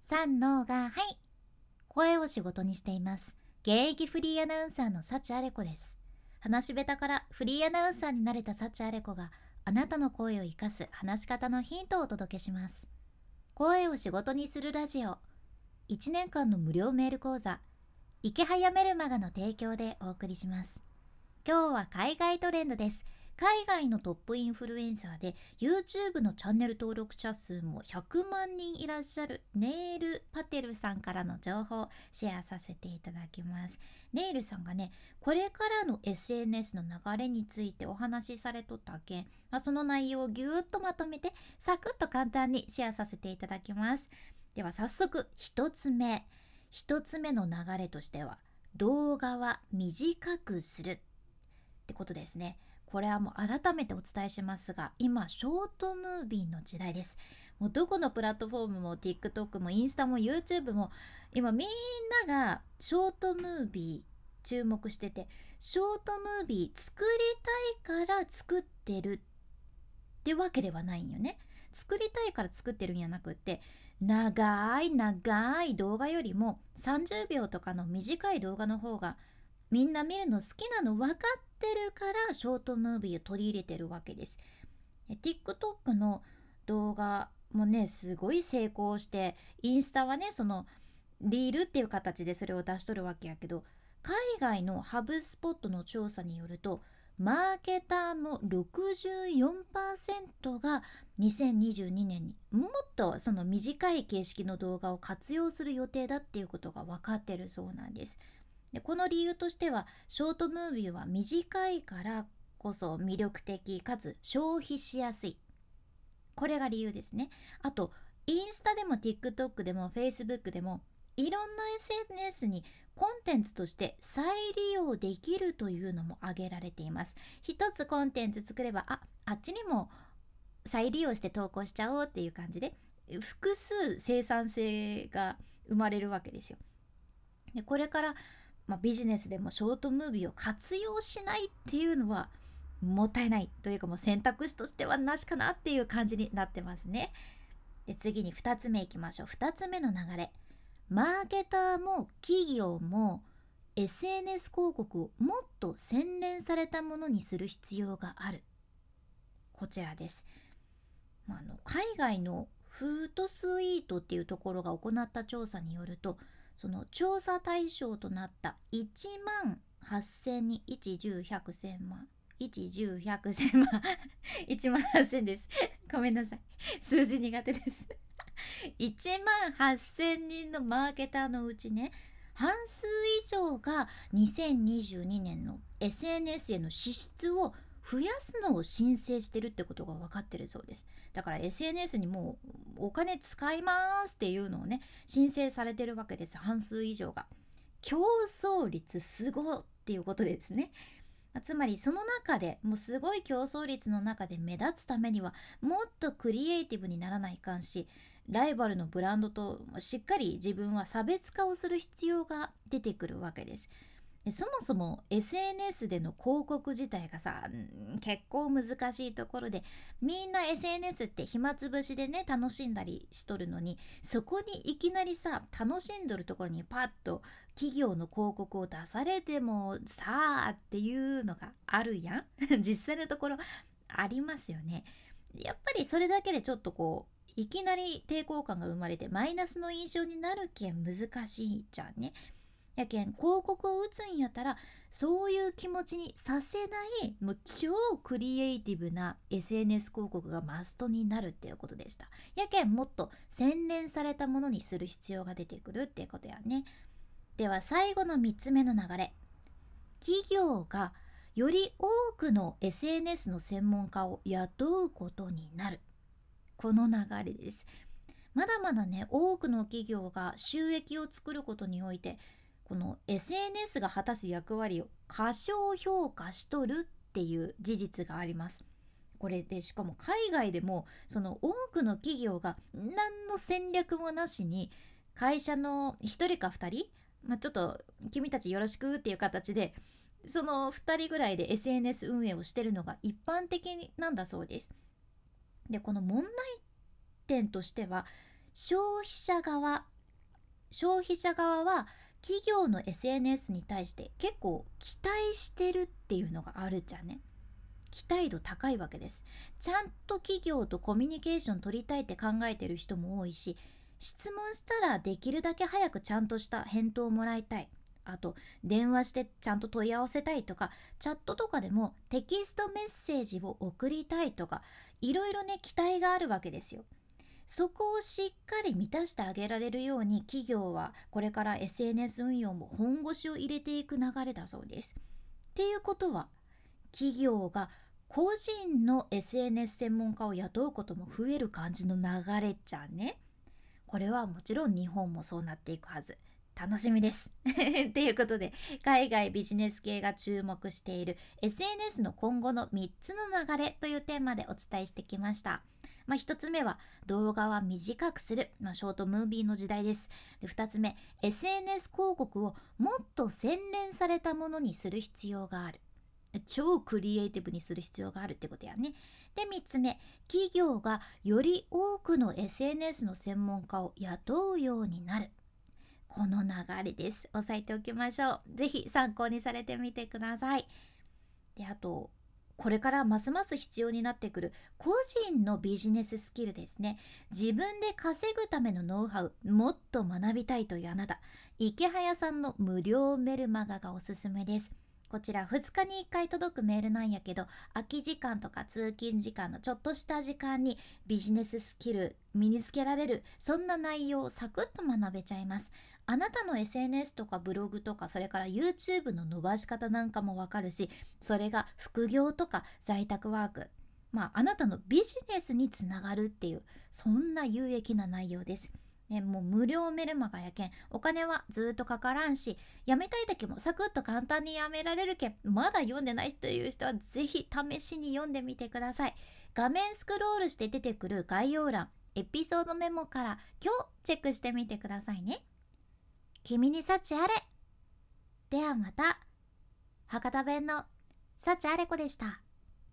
三のがはい、声を仕事にしています。現役フリーアナウンサーの幸あれ子です。話し下手からフリーアナウンサーになれた幸あれ子が、あなたの声を生かす話し方のヒントをお届けします。声を仕事にするラジオ。1年間の無料メール講座、池早メルマガの提供でお送りします。今日は海外トレンドです。海外のトップインフルエンサーで YouTube のチャンネル登録者数も100万人いらっしゃるネイル・パテルさんからの情報をシェアさせていただきます。ネイルさんがね、これからの SNS の流れについてお話しされとったけん、その内容をぎゅーっとまとめてサクッと簡単にシェアさせていただきます。では早速一つ目の流れとしては、動画は短くするってことですね。これはもう改めてお伝えしますが、今ショートムービーの時代です。もうどこのプラットフォームも TikTok もインスタも YouTube も今みんながショートムービー注目してて、ショートムービー作りたいから作ってるってわけではないんよね。作りたいから作ってるんじゃなくって、長い動画よりも30秒とかの短い動画の方がみんな見るの好きなの分かってるからショートムービーを取り入れてるわけです。TikTok の動画もねすごい成功して、インスタはねそのリールっていう形でそれを出しとるわけやけど、海外のハブスポットの調査によると、マーケターの64%が2022年にもっとその短い形式の動画を活用する予定だっていうことが分かってるそうなんです。でこの理由としては、ショートムービーは短いからこそ魅力的かつ消費しやすい、これが理由ですね。あとインスタでも TikTok でも Facebook でもいろんな SNS にコンテンツとして再利用できるというのも挙げられています。一つコンテンツ作ればあっちにも再利用して投稿しちゃおうっていう感じで複数生産性が生まれるわけですよ。でこれから、ビジネスでもショートムービーを活用しないっていうのはもったいないというか、もう選択肢としてはなしかなっていう感じになってますね。で次に2つ目いきましょう。2つ目の流れ、マーケターも企業も SNS 広告をもっと洗練されたものにする必要がある。こちらです。海外のフードスイートっていうところが行った調査によると、その調査対象となった1万8000人、1、10、100、1000万、1、10、100、1000万1万8000ですごめんなさい、数字苦手です1万8000人のマーケターのうちね、半数以上が2022年の SNS への支出を増やすのを申請してるってことが分かってるそうです。だから SNS にもうお金使いますっていうのをね申請されてるわけです。半数以上が。競争率すごっていうことですね。つまりその中でもうすごい競争率の中で目立つためにはもっとクリエイティブにならないかんし、ライバルのブランドとしっかり自分は差別化をする必要が出てくるわけです。でそもそも SNS での広告自体がさ、結構難しいところで、みんな SNS って暇つぶしでね楽しんだりしとるのに、そこにいきなりさ楽しんどるところにパッと企業の広告を出されてもさあっていうのがあるやん実際のところありますよね。やっぱりそれだけでちょっとこういきなり抵抗感が生まれてマイナスの印象になるけん難しいじゃんね。やけん広告を打つんやったらそういう気持ちにさせないもう超クリエイティブな SNS 広告がマストになるっていうことでした。やけんもっと洗練されたものにする必要が出てくるっていうことやね。では最後の3つ目の流れ、企業がより多くの SNS の専門家を雇うことになる、この流れです。まだまだね多くの企業が収益を作ることにおいてこの SNS が果たす役割を過小評価しとるっていう事実があります。これでしかも海外でもその多くの企業が何の戦略もなしに会社の1人か2人、ちょっと君たちよろしくっていう形でその2人ぐらいで SNS 運営をしてるのが一般的なんだそうです。でこの問題点としては、消費者側消費者側は企業の SNS に対して結構期待してるっていうのがあるじゃんね。期待度高いわけです。ちゃんと企業とコミュニケーション取りたいって考えてる人も多いし、質問したらできるだけ早くちゃんとした返答をもらいたい、あと電話してちゃんと問い合わせたいとか、チャットとかでもテキストメッセージを送りたいとか、いろいろね期待があるわけですよ。そこをしっかり満たしてあげられるように、企業はこれから SNS 運用も本腰を入れていく流れだそうです。っていうことは、企業が個人の SNS 専門家を雇うことも増える感じの流れじゃんね。これはもちろん日本もそうなっていくはず。楽しみですっていうことで、海外ビジネス系が注目している SNS の今後の3つの流れというテーマでお伝えしてきました。1つ目は動画は短くする、ショートムービーの時代です。で、2つ目、 SNS 広告をもっと洗練されたものにする必要がある。超クリエイティブにする必要があるってことやね。で、3つ目、企業がより多くの SNS の専門家を雇うようになる。この流れです。押さえておきましょう。ぜひ参考にされてみてください。で、あとこれからますます必要になってくる個人のビジネススキルですね。自分で稼ぐためのノウハウ、もっと学びたいというあなた、池早さんの無料メルマガがおすすめです。こちら2日に1回届くメールなんやけど、空き時間とか通勤時間のちょっとした時間にビジネススキル身につけられる、そんな内容をサクッと学べちゃいます。あなたの SNS とかブログとか、それから YouTube の伸ばし方なんかもわかるし、それが副業とか在宅ワーク、あなたのビジネスにつながるっていう、そんな有益な内容です。もう無料メルマガやけん、お金はずっとかからんし、やめたい時もサクッと簡単にやめられるけん、まだ読んでないという人はぜひ試しに読んでみてください。画面スクロールして出てくる概要欄、エピソードメモから今日チェックしてみてくださいね。君に幸あれ。ではまた。博多弁の幸あれ子でした。